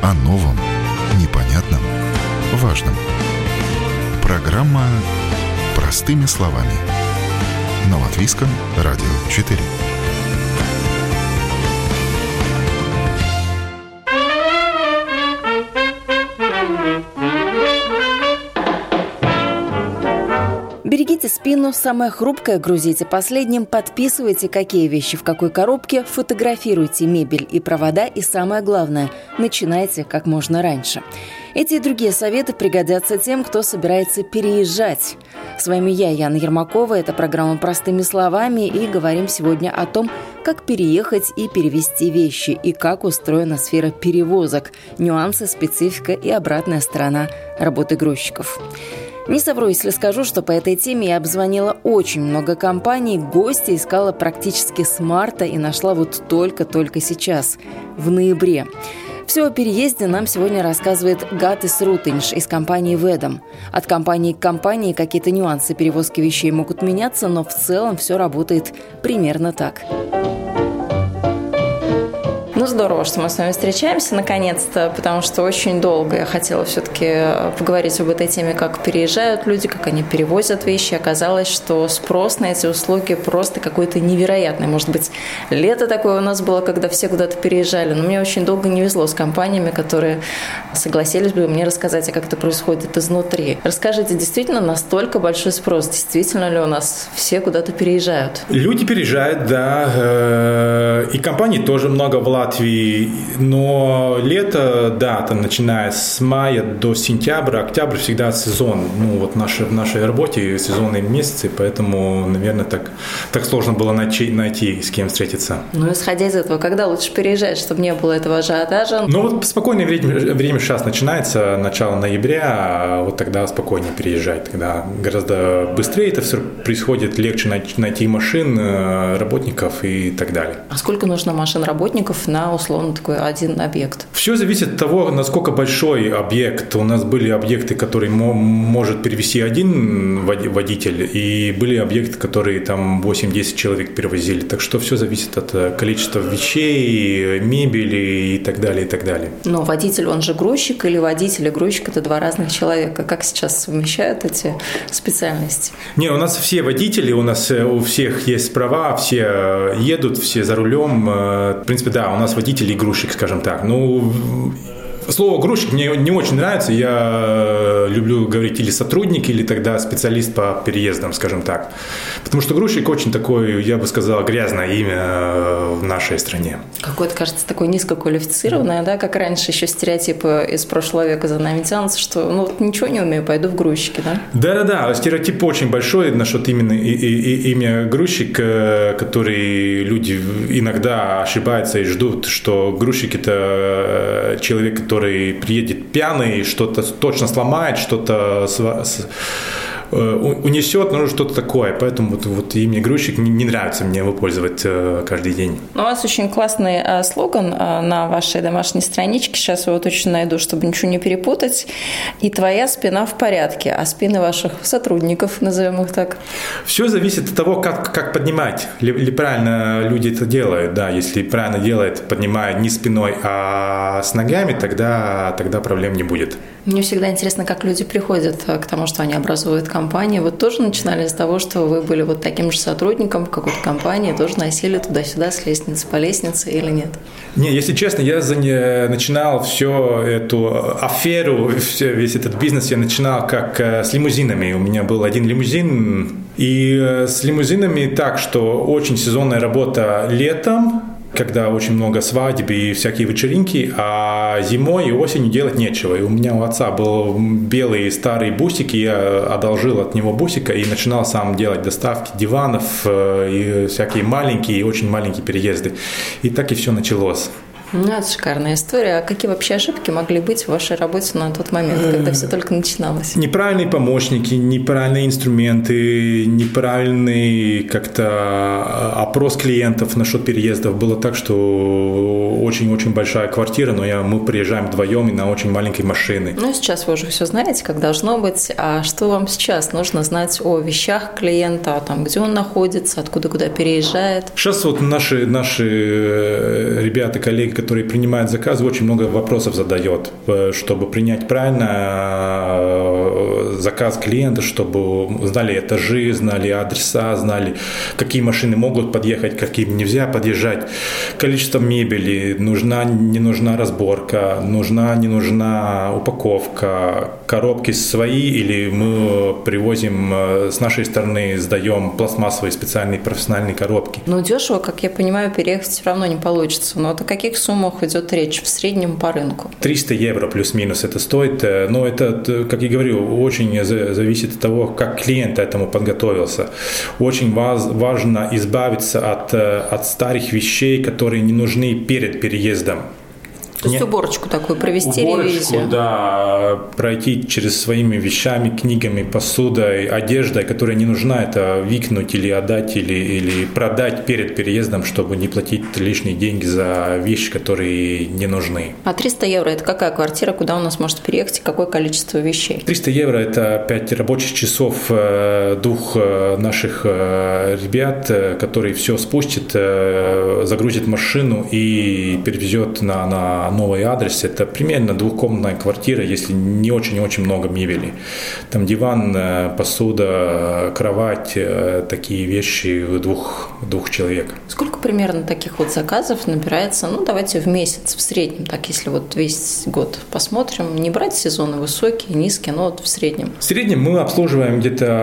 О новом, непонятном, важном. Программа «Простыми словами» на Латвийском радио 4. Берегите спину, самое хрупкое грузите последним, подписывайте, какие вещи в какой коробке, фотографируйте мебель и провода и, самое главное, начинайте как можно раньше. Эти и другие советы пригодятся тем, кто собирается переезжать. С вами я, Яна Ермакова, это программа «Простыми словами», и говорим сегодня о том, как переехать и перевезти вещи, и как устроена сфера перевозок, нюансы, специфика и обратная сторона работы грузчиков. Не совру, если скажу, что по этой теме я обзвонила очень много компаний, гости искала практически с марта и нашла вот только сейчас, в ноябре. Все о переезде нам сегодня рассказывает Гатис Рутинш из компании «Ведом». От компании к компании какие-то нюансы перевозки вещей могут меняться, но в целом все работает примерно так. Ну, здорово, что мы с вами встречаемся наконец-то, потому что очень долго я хотела все-таки поговорить об этой теме, как переезжают люди, как они перевозят вещи. Оказалось, что спрос на эти услуги просто какой-то невероятный. Может быть, лето такое у нас было, когда все куда-то переезжали, но мне очень долго не везло с компаниями, которые согласились бы мне рассказать, как это происходит изнутри. Расскажите, действительно настолько большой спрос? Действительно ли у нас все куда-то переезжают? Люди переезжают, да, и компаний тоже много в Латвии, но лето, да, там начиная с мая до сентября, октябрь всегда сезон. Ну, вот в нашей работе сезонные месяцы, поэтому, наверное, так сложно было найти с кем встретиться. Ну, исходя из этого, когда лучше переезжать, чтобы не было этого ажиотажа? Ну, вот спокойное время сейчас начинается, начало ноября, вот тогда спокойнее переезжать, тогда гораздо быстрее это все происходит, легче найти машин, работников и так далее. А сколько нужно машин, работников на условно такой один объект? Все зависит от того, насколько большой объект. У нас были объекты, которые может перевезти один водитель, и были объекты, которые там 8-10 человек перевозили. Так что все зависит от количества вещей, мебели и так далее, и так далее. Но водитель, он же грузчик, или водитель и грузчик – это два разных человека. Как сейчас совмещают эти специальности? Не, у нас все водители, у нас у всех есть права, все едут, все за рулем. В принципе, да, у нас водитель и грузчик, скажем так. Ну, слово «грузчик» мне не очень нравится. Я люблю говорить или сотрудник, или тогда специалист по переездам, скажем так. Потому что грузчик очень такое, я бы сказал, грязное имя в нашей стране. Какое-то, кажется, такое низкоквалифицированное, да, как раньше еще стереотипы из прошлого века за нами тянутся, что ничего не умею, пойду в грузчики, да? Да, стереотип очень большой насчет именно имя грузчик, который люди иногда ошибаются и ждут, что грузчик – это человек, который приедет пьяный, что-то точно сломает, что-то унесет, что-то такое. Поэтому вот имя грузчик не нравится мне его пользовать каждый день. У вас очень классный слоган на вашей домашней страничке. Сейчас его точно найду, чтобы ничего не перепутать. И твоя спина в порядке, а спины ваших сотрудников, назовем их так? Все зависит от того, как поднимать. Ли правильно люди это делают. Да, если правильно делают, поднимая не спиной, а с ногами, тогда проблем не будет. Мне всегда интересно, как люди приходят к тому, что они образуют компанию. Вот тоже начинали с того, что вы были вот таким же сотрудником в какой-то компании, тоже носили туда-сюда с лестницы по лестнице или нет? Не, если честно, я начинал всю эту аферу, весь этот бизнес я начинал как с лимузинами. У меня был один лимузин, и с лимузинами так, что очень сезонная работа летом, когда очень много свадеб и всякие вечеринки, а зимой и осенью делать нечего. И у меня у отца был белый старый бусик, и я одолжил от него бусика и начинал сам делать доставки диванов и всякие маленькие и очень маленькие переезды. И так и все началось. Ну, это шикарная история. А какие вообще ошибки могли быть в вашей работе на тот момент, когда все только начиналось? Неправильные помощники, неправильные инструменты, неправильный как-то опрос клиентов насчет переездов. Было так, что очень-очень большая квартира, но мы приезжаем вдвоем и на очень маленькой машине. Ну, сейчас вы уже все знаете, как должно быть. А что вам сейчас нужно знать о вещах клиента, где он находится, откуда куда переезжает? Сейчас вот наши ребята, коллеги, который принимает заказы, очень много вопросов задает, чтобы принять правильно заказ клиента, чтобы знали этажи, знали адреса, знали, какие машины могут подъехать, каким нельзя подъезжать, количество мебели, нужна, не нужна разборка, нужна, не нужна упаковка, коробки свои или мы привозим с нашей стороны, сдаем пластмассовые специальные профессиональные коробки. Но дешево, как я понимаю, переехать все равно не получится. Но о каких суммах идет речь в среднем по рынку? 300 евро плюс-минус это стоит. Но это, как я говорю, очень зависит от того, как клиент к этому подготовился. Очень важно избавиться от старых вещей, которые не нужны перед переездом. То есть уборочку такую провести, ревизию. Да, пройти через своими вещами, книгами, посудой, одеждой, которая не нужна, это выкинуть или отдать, или продать перед переездом, чтобы не платить лишние деньги за вещи, которые не нужны. А 300 евро – это какая квартира, куда у нас может переехать и какое количество вещей? 300 евро – это 5 рабочих часов двух наших ребят, которые все спустят, загрузят машину и перевезет на новый адрес. Это примерно двухкомнатная квартира, если не очень-очень много мебели. Там диван, посуда, кровать, такие вещи двух человек. Сколько примерно таких вот заказов набирается, давайте в месяц в среднем, так если вот весь год посмотрим, не брать сезоны высокие, низкие, но вот в среднем? В среднем мы обслуживаем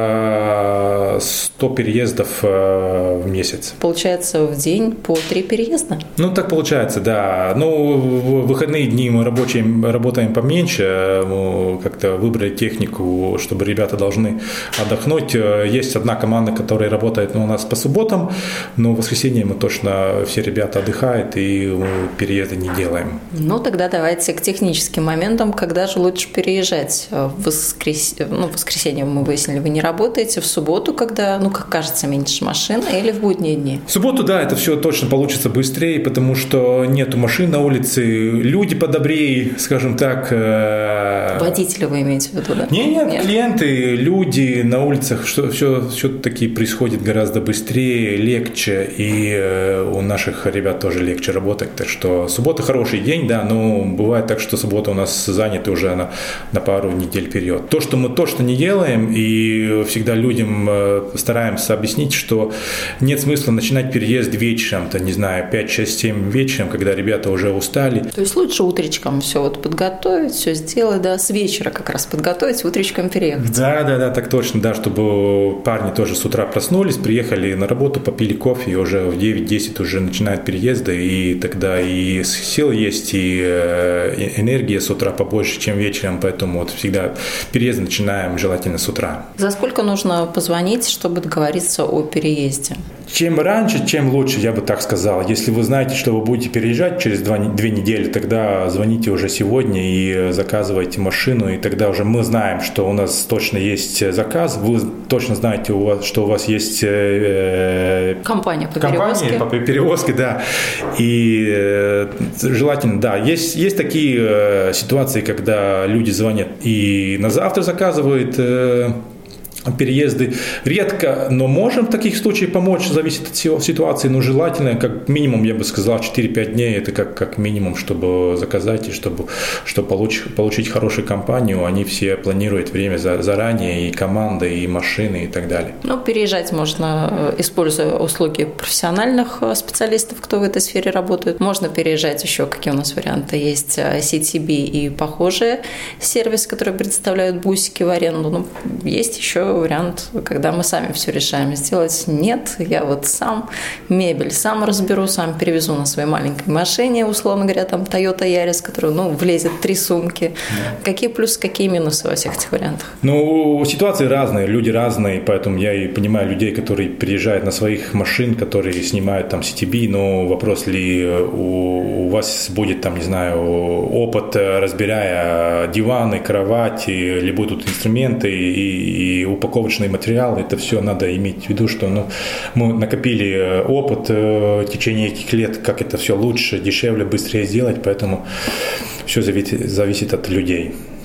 где-то 100 переездов в месяц. Получается в день по 3 переезда? Так получается, да. В выходные дни мы работаем поменьше, как-то выбрали технику, чтобы ребята должны отдохнуть. Есть одна команда, которая работает у нас по субботам, но в воскресенье мы точно все ребята отдыхают и переезды не делаем. Тогда давайте к техническим моментам, когда же лучше переезжать. В воскресенье мы выяснили, вы не работаете, в субботу, когда, как кажется, меньше машин, или в будние дни? В субботу, да, это все точно получится быстрее, потому что нету машин на улице, люди подобрее, скажем так. Водители вы имеете в виду, да? Нет, клиенты, люди на улицах, все-таки происходит гораздо быстрее, легче, и у наших ребят тоже легче работать. Так что суббота хороший день, да, но бывает так, что суббота у нас занята уже на пару недель вперед. То, что мы точно не делаем, и всегда людям стараемся объяснить, что нет смысла начинать переезд вечером, 5, 6, 7 вечером, когда ребята уже устали. То есть лучше утречком все подготовить, все сделать, да, с вечера как раз подготовить, утречком переехать. Да, так точно, да, чтобы парни тоже с утра проснулись, приехали на работу, попили кофе, и уже в 9-10 уже начинают переезды, и тогда и сил есть, и энергия с утра побольше, чем вечером, поэтому всегда переезд начинаем желательно с утра. За сколько нужно позвонить, чтобы договориться о переезде? Чем раньше, тем лучше, я бы так сказал. Если вы знаете, что вы будете переезжать через 2 недели, тогда звоните уже сегодня и заказывайте машину, и тогда уже мы знаем, что у нас точно есть заказ, вы точно знаете, что у вас есть компания по перевозке, да. И желательно, да, есть такие ситуации, когда люди звонят и на завтра заказывают переезды. Редко, но можем в таких случаях помочь, зависит от ситуации, но желательно, как минимум, я бы сказал, 4-5 дней, это как минимум, чтобы заказать и чтобы получить хорошую компанию, они все планируют время заранее, и команда, и машины, и так далее. Переезжать можно, используя услуги профессиональных специалистов, кто в этой сфере работает. Можно переезжать еще, какие у нас варианты есть, CTB и похожие сервисы, которые предоставляют бусики в аренду. Есть еще вариант, когда мы сами все решаем сделать. Нет, я сам мебель сам разберу, сам перевезу на своей маленькой машине, условно говоря, Toyota Yaris, которую, влезет 3 сумки. Какие плюсы, какие минусы во всех этих вариантах? Ситуации разные, люди разные, поэтому я и понимаю людей, которые приезжают на своих машин, которые снимают CTB, но вопрос ли у вас будет, опыт, разбирая диваны, кровати, или будут инструменты и упаковочные материалы, это все надо иметь в виду, что мы накопили опыт в течение этих лет, как это все лучше, дешевле, быстрее сделать, поэтому все зависит от людей.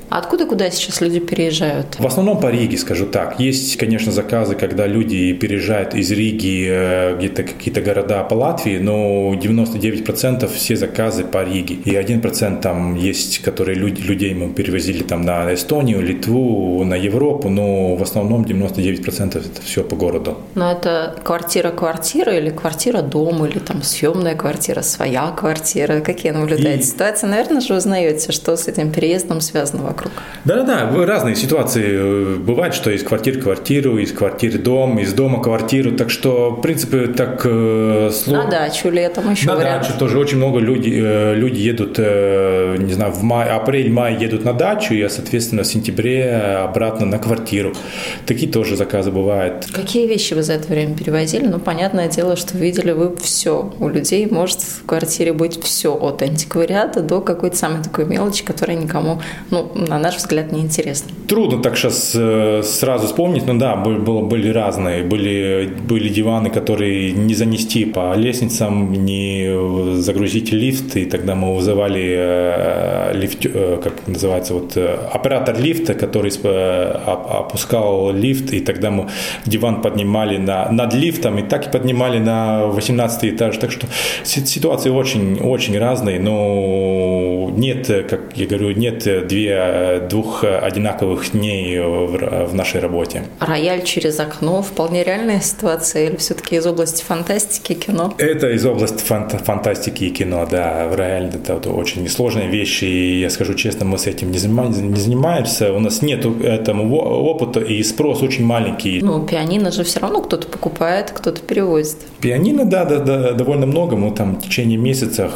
А откуда куда сейчас люди переезжают? В основном по Риге, скажу так. Есть, конечно, заказы, когда люди переезжают из Риги где-то какие-то города по Латвии, но 99% все заказы по Риге. И 1% там есть, которые людей мы перевозили там на Эстонию, Литву, на Европу, но в основном 99% это все по городу. Но это квартира-квартира или квартира-дом, или там съемная квартира, своя квартира? Какие наблюдаете ситуации? Наверное же узнаете, что с этим переездом связано вокруг. Да, разные ситуации бывают, что из квартиры квартиру, из квартиры дом, из дома квартиру, так что, в принципе, так сложно. На дачу летом еще вариант. На дачу тоже очень много люди едут, не знаю, в апрель-май едут на дачу, и, соответственно, в сентябре обратно на квартиру. Такие тоже заказы бывают. Какие вещи вы за это время перевозили? Ну, понятное дело, что видели вы все. У людей может в квартире быть все, от антиквариата до какой-то самой такой мелочи, которая никому, на наш взгляд, не интересна. Трудно так сейчас сразу вспомнить, но да, были разные. Были диваны, которые не занести по лестницам, не загрузить лифт, и тогда мы вызывали как называется, оператор лифта, который опускал лифт, и тогда мы диван поднимали над лифтом, и так и поднимали на 18 этаж. Так что ситуации очень, очень разные, но нет, как я говорю, нет двух одинаковых дней в нашей работе. Рояль через окно вполне реальная ситуация, или все-таки из области фантастики и кино? Это из области фантастики и кино, да. Рояль – это очень сложные вещи, и я скажу честно, мы с этим не занимаемся, у нас нет этому опыта, и спрос очень маленький. Пианино же все равно кто-то покупает, кто-то перевозит. Пианино, да, довольно много, мы там в течение месяца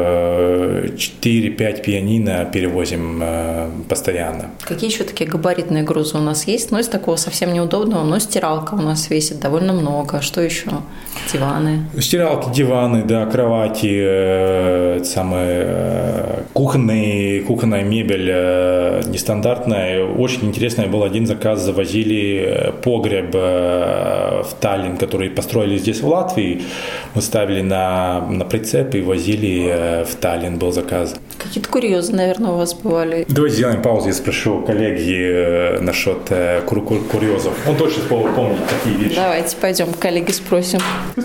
4-5 пианино перевозим постоянно. Какие еще такие габаритные грузы у нас есть? Из такого совсем неудобного, но стиралка у нас весит довольно много. Что еще? Диваны. Стиралки, диваны, да, кровати, кухонная мебель нестандартная. Очень интересный был один заказ. Завозили погреб в Таллин, который построили здесь в Латвии. Мы ставили на прицеп и возили в Таллин, был заказ. Какие-то курьезы, наверное, у вас бывали. Давайте сделаем паузу, я спрошу коллеги насчет курьезов. Он точно помнит такие вещи. Давайте пойдем к коллеге спросим.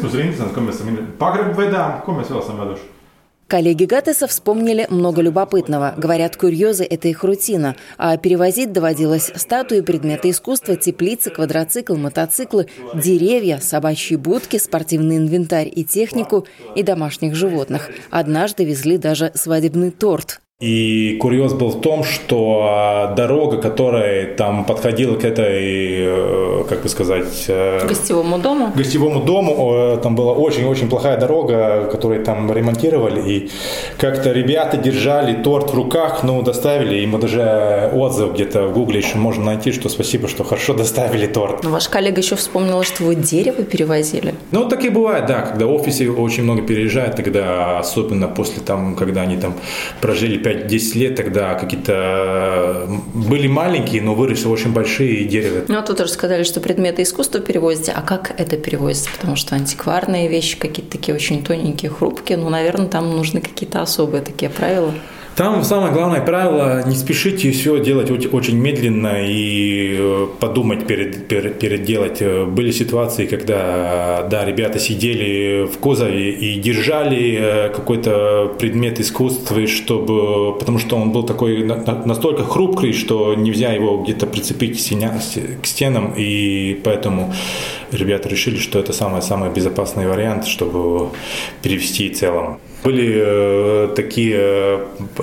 Коллеги Гатеса вспомнили много любопытного. Говорят, курьезы – это их рутина. А перевозить доводилось статуи, предметы искусства, теплицы, квадроциклы, мотоциклы, деревья, собачьи будки, спортивный инвентарь и технику, и домашних животных. Однажды везли даже свадебный торт. И курьез был в том, что дорога, которая там подходила к этой, гостевому дому, там была очень-очень плохая дорога, которую там ремонтировали, и как-то ребята держали торт в руках, доставили, и мы даже отзыв где-то в Гугле еще можно найти, что спасибо, что хорошо доставили торт. Но ваш коллега еще вспомнил, что вы дерево перевозили. Так и бывает, да, когда в офисе очень много переезжают, тогда особенно после когда они там прожили 5-10 лет, тогда какие-то были маленькие, но выросли очень большие дерева. Тут уже сказали, что предметы искусства перевозите. А как это перевозится? Потому что антикварные вещи какие-то такие очень тоненькие, хрупкие. Наверное, там нужны какие-то особые такие правила. Там самое главное правило – не спешите все делать очень медленно и подумать перед делать. Были ситуации, когда, ребята сидели в кузове и держали какой-то предмет искусства, потому что он был такой настолько хрупкий, что нельзя его где-то прицепить к стенам, и поэтому ребята решили, что это самый безопасный вариант, чтобы перевезти в целом. Были такие,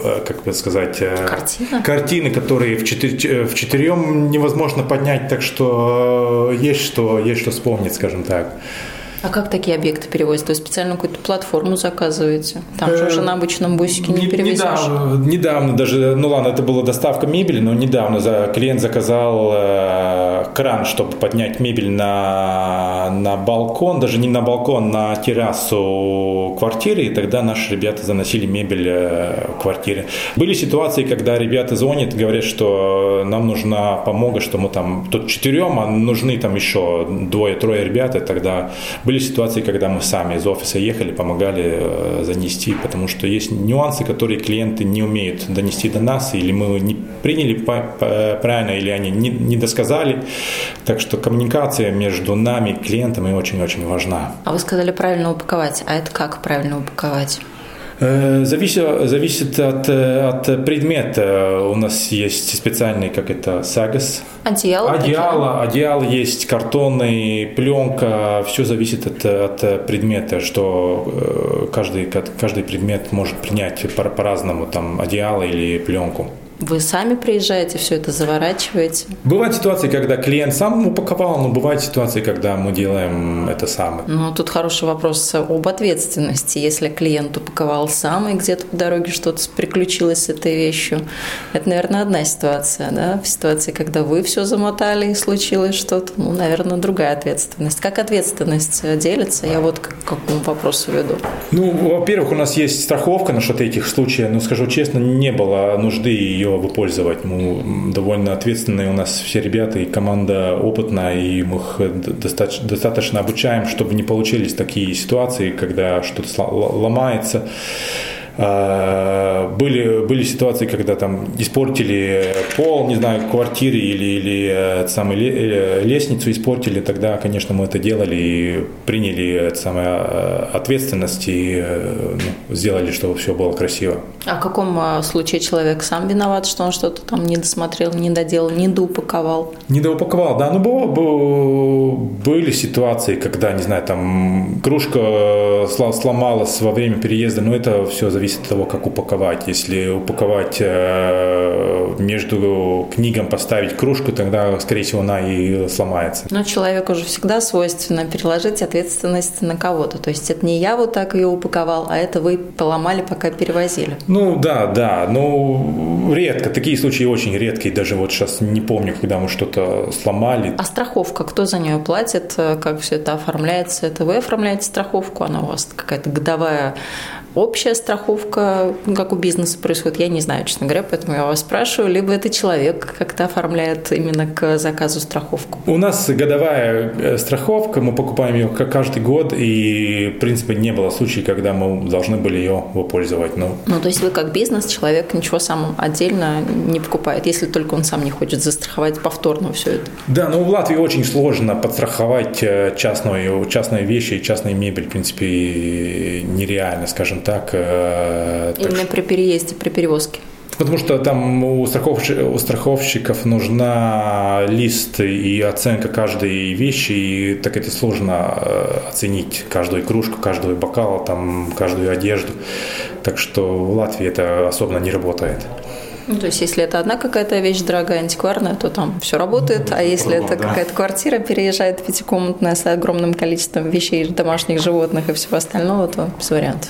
картины, которые вчетвером невозможно поднять, так что есть что вспомнить, скажем так. А как такие объекты перевозят? То есть специальную какую-то платформу заказываете? Там же уже на обычном бусике не перевезешь. Недавно даже, это была доставка мебели, но недавно клиент заказал кран, чтобы поднять мебель на балкон, даже не на балкон, на террасу квартиры, и тогда наши ребята заносили мебель в квартире. Были ситуации, когда ребята звонят, говорят, что нам нужна помощь, что мы там тут 4, а нужны там еще 2-3 ребята, тогда были были ситуации, когда мы сами из офиса ехали, помогали занести, потому что есть нюансы, которые клиенты не умеют донести до нас, или мы не приняли правильно, или они не досказали. Так что коммуникация между нами и клиентами очень-очень важна. А вы сказали правильно упаковать. А это как правильно упаковать? Зависит от предмета. У нас есть специальный, как это, сагас. Одеяло есть, картонный, пленка. Все зависит от предмета, что каждый предмет может принять по-разному, там, одеяло или пленку. Вы сами приезжаете, все это заворачиваете? Бывают ситуации, когда клиент сам упаковал, но бывают ситуации, когда мы делаем это сами. Ну, тут хороший вопрос об ответственности. Если клиент упаковал сам, и где-то по дороге что-то приключилось с этой вещью, это, наверное, одна ситуация, да? В ситуации, когда вы все замотали и случилось что-то, ну, наверное, другая ответственность. Как ответственность делится? Я вот к какому вопросу веду. Ну, во-первых, у нас есть страховка насчет этих случаев, но, скажу честно, не было нужды ее выпользовать. Мы довольно ответственные, у нас все ребята и команда опытная, и мы их достаточно обучаем, чтобы не получились такие ситуации, когда что-то ломается. Были ситуации, когда там испортили пол, не знаю, квартиры или лестницу испортили, тогда, конечно, мы это делали и приняли ответственность и сделали, чтобы все было красиво. А в каком случае человек сам виноват, что он что-то там не досмотрел, не доделал, не доупаковал? Не доупаковал, да. Были ситуации, когда, не знаю, там кружка сломалась во время переезда, но это все зависит от того, как упаковать. Если упаковать между книгам, поставить кружку, тогда, скорее всего, она и сломается. Но человеку же всегда свойственно переложить ответственность на кого-то. То есть это не я вот так ее упаковал, а это вы поломали, пока перевозили. Ну, да. Но редко. Такие случаи очень редкие. Даже вот сейчас не помню, когда мы что-то сломали. А страховка, кто за нее платит? Как все это оформляется? Это вы оформляете страховку? Она у вас какая-то годовая общая страховка, как у бизнеса происходит, я не знаю, честно говоря, поэтому я вас спрашиваю, либо это человек как-то оформляет именно к заказу страховку? У нас годовая страховка, мы покупаем ее каждый год, и, в принципе, не было случаев, когда мы должны были ее выпользовать. Ну, то есть вы как бизнес, человек ничего сам отдельно не покупает, если только он сам не хочет застраховать повторно все это? Да, но в Латвии очень сложно подстраховать частные вещи и частную мебель, в принципе, нереально, скажем так. Именно при переезде, при перевозке? Потому что там у страховщиков нужна лист и оценка каждой вещи, и так это сложно оценить каждую кружку, каждый бокал, там, каждую одежду. Так что в Латвии это особенно не работает. То есть, если это одна какая-то вещь дорогая, антикварная, то там все работает, а если это какая-то квартира переезжает пятикомнатная с огромным количеством вещей, домашних животных и всего остального, то без вариантов.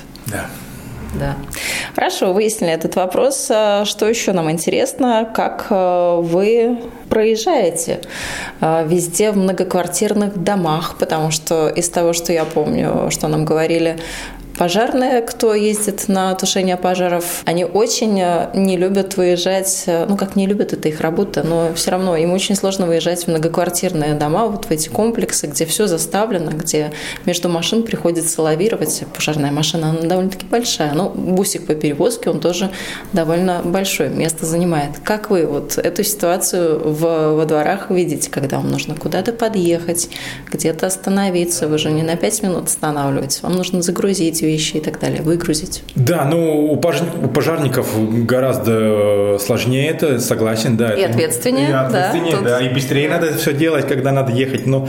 Да. Хорошо, выяснили этот вопрос. Что еще нам интересно? Как вы проезжаете везде в многоквартирных домах? Потому что из того, что я помню, что нам говорили пожарные, кто ездит на тушение пожаров, они очень не любят выезжать, как не любят, это их работа, но все равно им очень сложно выезжать в многоквартирные дома, вот в эти комплексы, где все заставлено, где между машин приходится лавировать. Пожарная машина, она довольно-таки большая, но бусик по перевозке, он тоже довольно большое место занимает. Как вы вот эту ситуацию во дворах видите, когда вам нужно куда-то подъехать, где-то остановиться, вы же не на 5 минут останавливаетесь, вам нужно загрузить вещи и так далее, выгрузить. Да, у пожарников гораздо сложнее это, согласен, да. И ответственнее, да. И быстрее надо все делать, когда надо ехать. Но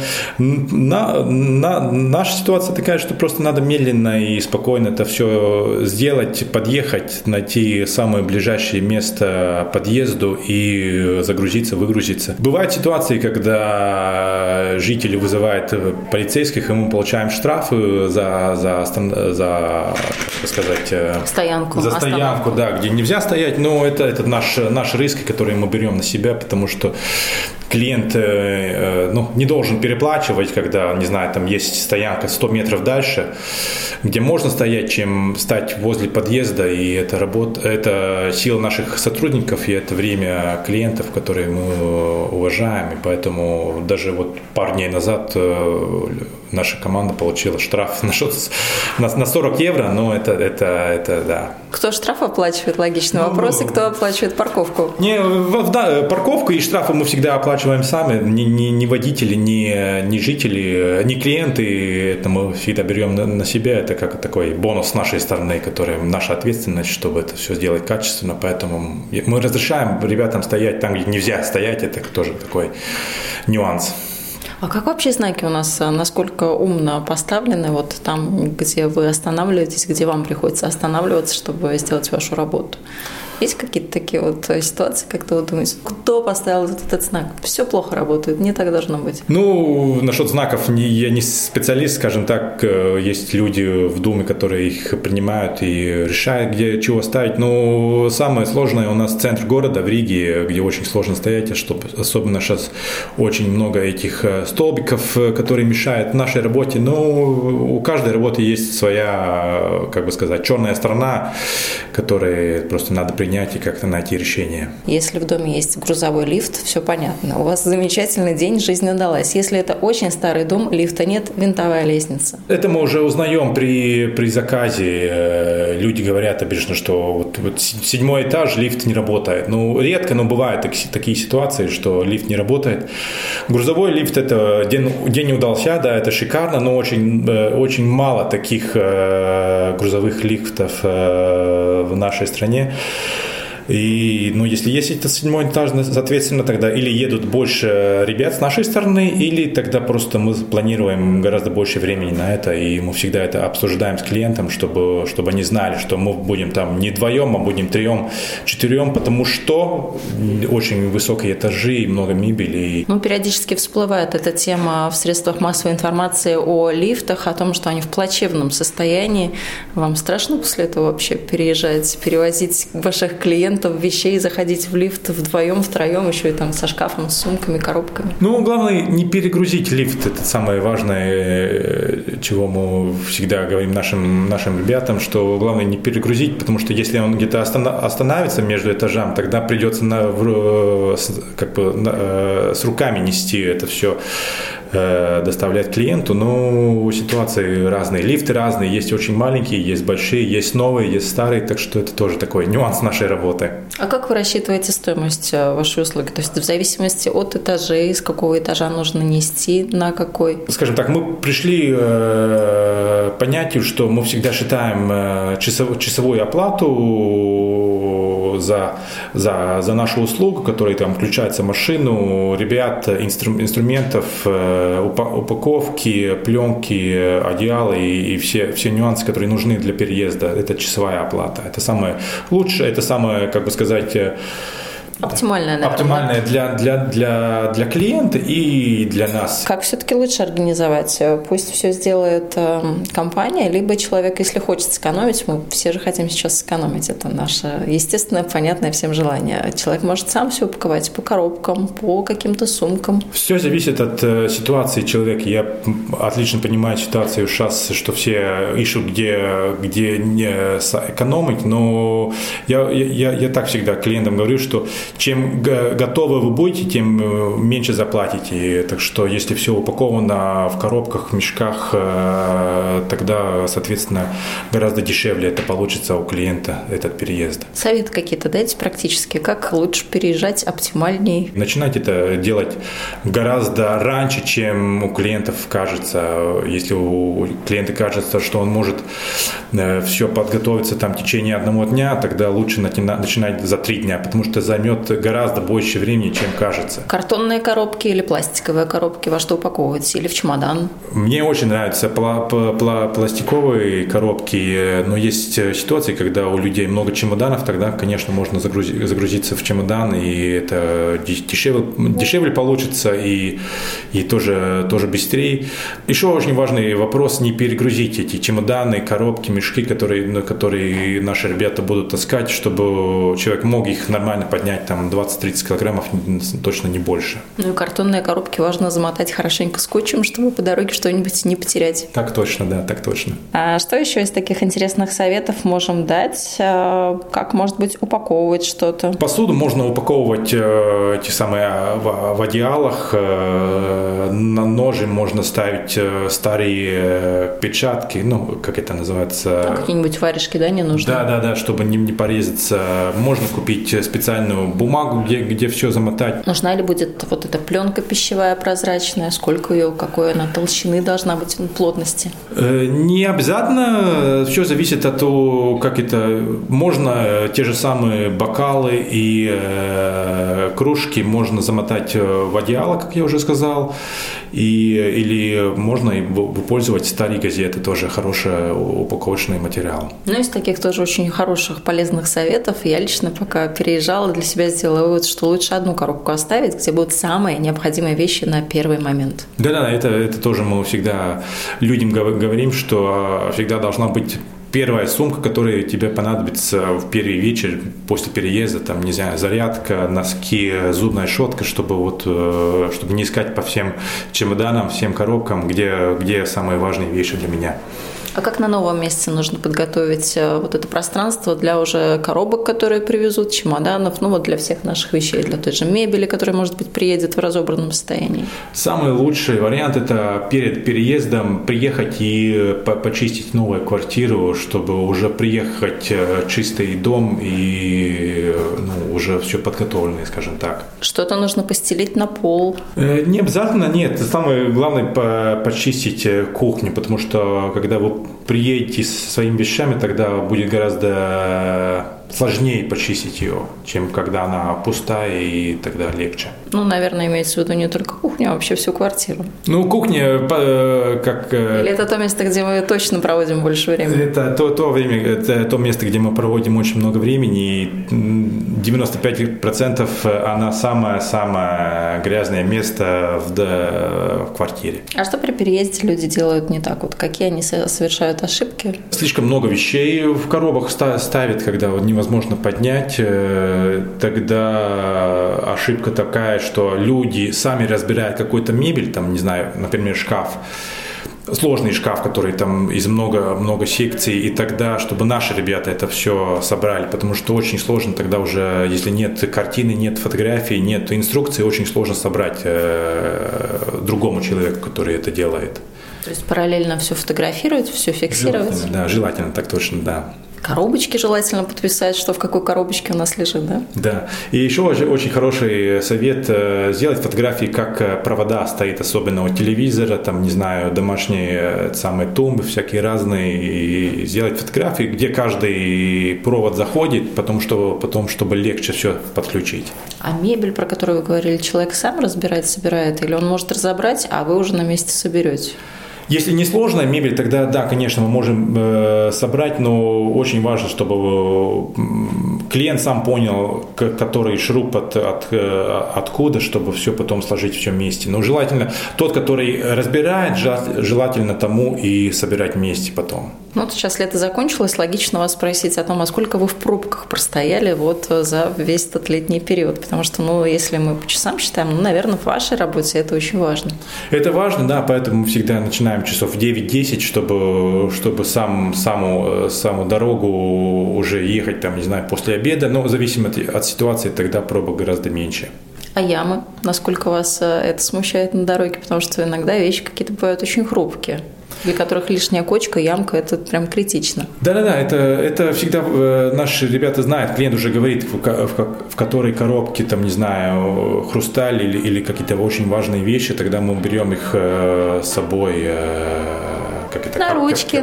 наша ситуация такая, что просто надо медленно и спокойно это все сделать, подъехать, найти самое ближайшее место подъезду и загрузиться, выгрузиться. Бывают ситуации, когда жители вызывают полицейских, и мы получаем штрафы за стоянку, да, где нельзя стоять, но это наш риск, который мы берем на себя, потому что клиент не должен переплачивать, когда, не знаю, там есть стоянка 100 метров дальше, где можно стоять, чем стать возле подъезда, и это сила наших сотрудников, и это время клиентов, которые мы уважаем, и поэтому даже вот пару дней назад наша команда получила штраф на 40 евро, но это да. Кто штраф оплачивает? Логичный вопрос. И кто оплачивает парковку? Парковку и штрафы мы всегда оплачиваем сами. Ни водители, ни жители, ни клиенты. Это мы всегда берем на себя. Это как такой бонус с нашей стороны, который наша ответственность, чтобы это все сделать качественно. Поэтому мы разрешаем ребятам стоять там, где нельзя стоять. Это тоже такой нюанс. А как вообще знаки у нас, насколько умно поставлены вот там, где вы останавливаетесь, где вам приходится останавливаться, чтобы сделать вашу работу? Есть какие-то такие вот ситуации, как-то вы думаете, кто поставил этот знак? Все плохо работает, не так должно быть. Насчет знаков я не специалист, скажем так. Есть люди в Думе, которые их принимают и решают, где чего ставить. Но самое сложное у нас центр города в Риге, где очень сложно стоять, особенно сейчас очень много этих столбиков, которые мешают нашей работе. Но у каждой работы есть своя, как бы сказать, черная сторона, которой просто надо принять и как-то найти решение. Если в доме есть грузовой лифт, все понятно. У вас замечательный день, жизнь удалась. Если это очень старый дом, лифта нет, винтовая лестница. Это мы уже узнаем при заказе. Люди говорят обычно, что вот 7-й этаж, лифт не работает. Редко, но бывают такие ситуации, что лифт не работает. Грузовой лифт – это день удался, да, это шикарно, но очень, очень мало таких грузовых лифтов в нашей стране. И, если есть это 7-й этаж, соответственно, тогда или едут больше ребят с нашей стороны, или тогда просто мы планируем гораздо больше времени на это, и мы всегда это обсуждаем с клиентом, чтобы они знали, что мы будем там не вдвоем, а будем 3-4, потому что очень высокие этажи и много мебели. Периодически всплывает эта тема в средствах массовой информации о лифтах, о том, что они в плачевном состоянии. Вам страшно после этого вообще переезжать, перевозить ваших клиентов, вещей, заходить в лифт вдвоем, втроем, еще и там со шкафом, с сумками, коробками? Главное не перегрузить лифт. Это самое важное, чего мы всегда говорим нашим ребятам, что главное не перегрузить, потому что если он где-то остановится между этажами, тогда придется с руками нести это все, доставлять клиенту. Ситуации разные. Лифты разные. Есть очень маленькие, есть большие, есть новые, есть старые. Так что это тоже такой нюанс нашей работы. А как вы рассчитываете стоимость вашей услуги? То есть в зависимости от этажей, с какого этажа нужно нести, на какой? Скажем так, мы пришли к понятию, что мы всегда считаем часовую оплату за нашу услугу, которая там включается в машину, ребят, инструментов, упаковки, пленки, одеяла и все нюансы, которые нужны для переезда. Это часовая оплата. Это самое лучшее, это самое, как бы сказать, оптимальная, наверное. Оптимальная для клиента и для нас. Как все-таки лучше организовать? Пусть все сделает компания, либо человек, если хочет сэкономить, мы все же хотим сейчас сэкономить, это наше естественное, понятное всем желание. Человек может сам все упаковать по коробкам, по каким-то сумкам. Все зависит от ситуации человека. Я отлично понимаю ситуацию сейчас, что все ищут, где не экономить, но я так всегда клиентам говорю, что чем готовы вы будете, тем меньше заплатите. Так что, если все упаковано в коробках, в мешках, тогда, соответственно, гораздо дешевле это получится у клиента, этот переезд. Советы какие-то дайте практически, как лучше переезжать оптимальней? Начинать это делать гораздо раньше, чем у клиентов кажется. Если у клиента кажется, что он может все подготовиться там в течение 1 дня, тогда лучше начинать за 3 дня, потому что займет гораздо больше времени, чем кажется. Картонные коробки или пластиковые коробки, во что упаковываете? Или в чемодан? Мне очень нравятся пластиковые коробки, но есть ситуации, когда у людей много чемоданов, тогда, конечно, можно загрузиться в чемодан, и это дешевле получится, и тоже быстрее. Еще очень важный вопрос: не перегрузить эти чемоданы, коробки, мешки, которые наши ребята будут таскать, чтобы человек мог их нормально поднять занять там 20-30 килограммов, точно не больше. Ну и картонные коробки важно замотать хорошенько скотчем, чтобы по дороге что-нибудь не потерять. Так точно, да, так точно. А что еще из таких интересных советов можем дать? Как, может быть, упаковывать что-то? Посуду можно упаковывать те самые в одеялах, на ножи можно ставить старые перчатки, ну, как это называется? Какие-нибудь варежки, да, не нужно? Да, чтобы не порезаться. Можно купить специальную бумагу, где все замотать. Нужна ли будет вот эта пленка пищевая прозрачная? Сколько ее, какой она толщины должна быть, плотности? Не обязательно. Все зависит от того, как это... Можно те же самые бокалы и кружки можно замотать в одеяло, как я уже сказал. Или можно использовать старые газеты, тоже хороший упаковочный материал. Ну, из таких тоже очень хороших, полезных советов я лично, пока переезжала, для себя сделала вывод, что лучше одну коробку оставить, где будут самые необходимые вещи на первый момент. Да, это тоже мы всегда людям говорим, что всегда должна быть первая сумка, которая тебе понадобится в первый вечер после переезда, там, не знаю, зарядка, носки, зубная щетка, чтобы не искать по всем чемоданам, всем коробкам, где самые важные вещи для меня. А как на новом месте нужно подготовить вот это пространство для уже коробок, которые привезут, чемоданов, ну вот для всех наших вещей, для той же мебели, которая, может быть, приедет в разобранном состоянии? Самый лучший вариант – это перед переездом приехать и почистить новую квартиру, чтобы уже приехать чистый дом и уже все подготовленное, скажем так. Что-то нужно постелить на пол? Не обязательно, нет. Самое главное – почистить кухню, потому что когда вы приедете со своими вещами, тогда будет гораздо сложнее почистить ее, чем когда она пустая, и тогда легче. Ну, наверное, имеется в виду не только кухню, а вообще всю квартиру. Ну, кухня как... Или это то место, где мы точно проводим больше времени? Это то место, где мы проводим очень много времени, и 95% она самое грязное место в квартире. А что при переезде люди делают не так? Вот какие они совершают ошибки? Слишком много вещей в коробках ставят, когда невозможно поднять. Тогда ошибка такая, что люди сами разбирают какую-то мебель, там, не знаю, например, шкаф, сложный шкаф, который там из много секций, и тогда, чтобы наши ребята это все собрали, потому что очень сложно тогда уже, если нет картины, нет фотографий, нет инструкции, очень сложно собрать другому человеку, который это делает. То есть параллельно все фотографировать, все фиксировать? Желательно, так точно, да. Коробочки желательно подписать, что в какой коробочке у нас лежит, да? Да. И еще очень хороший совет сделать фотографии, как провода стоит, особенно у телевизора, там, не знаю, домашние самые тумбы всякие разные, и сделать фотографии, где каждый провод заходит, потом, чтобы легче все подключить. А мебель, про которую вы говорили, человек сам разбирает, собирает, или он может разобрать, а вы уже на месте соберете? Если не сложная мебель, тогда да, конечно, мы можем собрать, но очень важно, чтобы клиент сам понял, который шуруп откуда, чтобы все потом сложить все вместе. Но желательно тот, который разбирает, желательно тому и собирать вместе потом. Ну, вот сейчас лето закончилось, логично вас спросить о том, а сколько вы в пробках простояли вот за весь этот летний период, потому что, если мы по часам считаем, наверное, в вашей работе это очень важно. Это важно, да, поэтому мы всегда начинаем часов 9-10, чтобы саму дорогу уже ехать, там, не знаю, после обеда, но в зависимости от ситуации тогда пробок гораздо меньше. А ямы? Насколько вас это смущает на дороге? Потому что иногда вещи какие-то бывают очень хрупкие, для которых лишняя кочка, ямка – это прям критично. Да, это всегда наши ребята знают, клиент уже говорит, в которой коробке, там, не знаю, хрусталь или какие-то очень важные вещи, тогда мы берем их с собой. На ручки.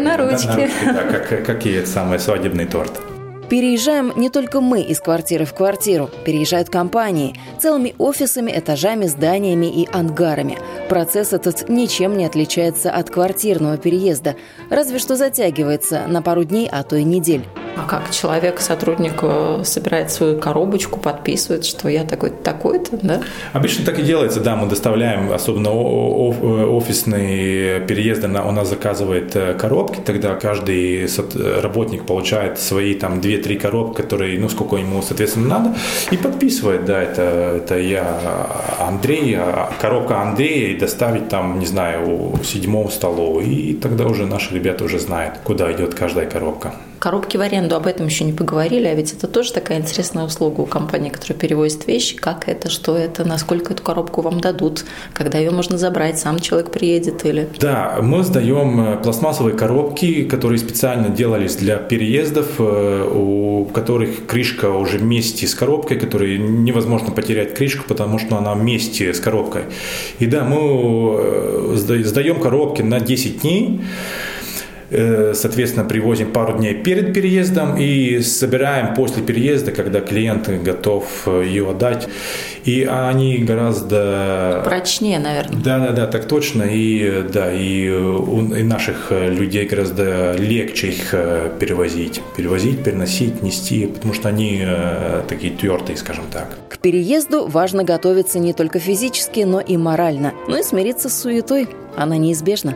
Как и самый свадебный торт. Переезжаем не только мы из квартиры в квартиру. Переезжают компании целыми офисами, этажами, зданиями и ангарами. Процесс этот ничем не отличается от квартирного переезда, разве что затягивается на пару дней, а то и недель. А как человек, сотрудник собирает свою коробочку, подписывает, что я такой-то, да? Обычно так и делается, да, мы доставляем, особенно офисные переезды, у нас заказывает коробки, тогда каждый работник получает свои там 2-3 коробки, которые, сколько ему, соответственно, надо, и подписывает, да, это я, Андрей, коробка Андрея, и доставить там, не знаю, 7-му столу, и тогда уже наши ребята уже знают, куда идет каждая коробка. Коробки в аренду, об этом еще не поговорили, а ведь это тоже такая интересная услуга у компании, которая перевозит вещи. Как это, что это, насколько эту коробку вам дадут, когда ее можно забрать, сам человек приедет или... Да, мы сдаем пластмассовые коробки, которые специально делались для переездов, у которых крышка уже вместе с коробкой, которые невозможно потерять крышку, потому что она вместе с коробкой. И да, мы сдаем коробки на 10 дней. Соответственно, привозим пару дней перед переездом и собираем после переезда, когда клиент готов ее отдать. И они гораздо... прочнее, наверное. Да, так точно. И наших людей гораздо легче их перевозить, переносить, нести, потому что они такие твердые, скажем так. К переезду важно готовиться не только физически, но и морально. Но и смириться с суетой. Она неизбежна.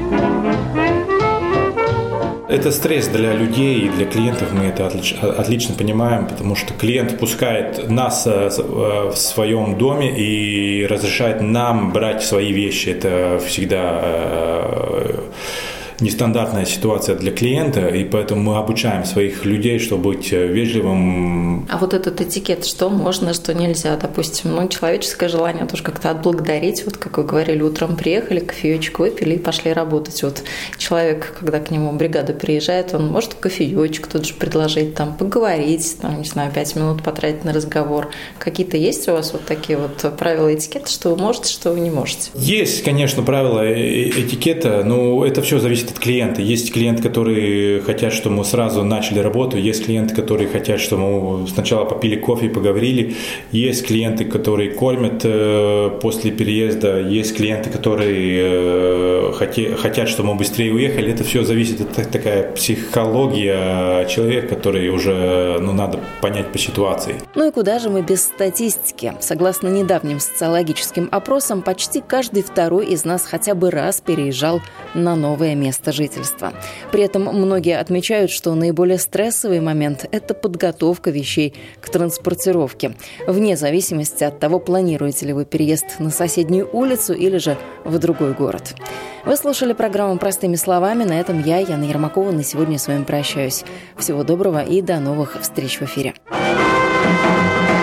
Это стресс для людей и для клиентов, мы это отлично понимаем, потому что клиент впускает нас в своем доме и разрешает нам брать свои вещи. Это всегда нестандартная ситуация для клиента, и поэтому мы обучаем своих людей, чтобы быть вежливым. А вот этот этикет, что можно, что нельзя, допустим, человеческое желание тоже как-то отблагодарить, вот как вы говорили, утром приехали, кофеечек выпили и пошли работать. Вот человек, когда к нему бригада приезжает, он может кофеечек тут же предложить, там, поговорить, там, не знаю, 5 минут потратить на разговор. Какие-то есть у вас вот такие вот правила этикета, что вы можете, что вы не можете? Есть, конечно, правила этикета, но это все зависит от клиента. Есть клиенты, которые хотят, чтобы мы сразу начали работу. Есть клиенты, которые хотят, чтобы мы сначала попили кофе и поговорили. Есть клиенты, которые кормят после переезда. Есть клиенты, которые хотят, чтобы мы быстрее уехали. Это все зависит от такая психология человека, который уже надо понять по ситуации. Ну и куда же мы без статистики? Согласно недавним социологическим опросам, почти каждый второй из нас хотя бы раз переезжал на новое место жительства. При этом многие отмечают, что наиболее стрессовый момент – это подготовка вещей к транспортировке, вне зависимости от того, планируете ли вы переезд на соседнюю улицу или же в другой город. Вы слушали программу «Простыми словами». На этом я, Яна Ермакова, на сегодня с вами прощаюсь. Всего доброго и до новых встреч в эфире.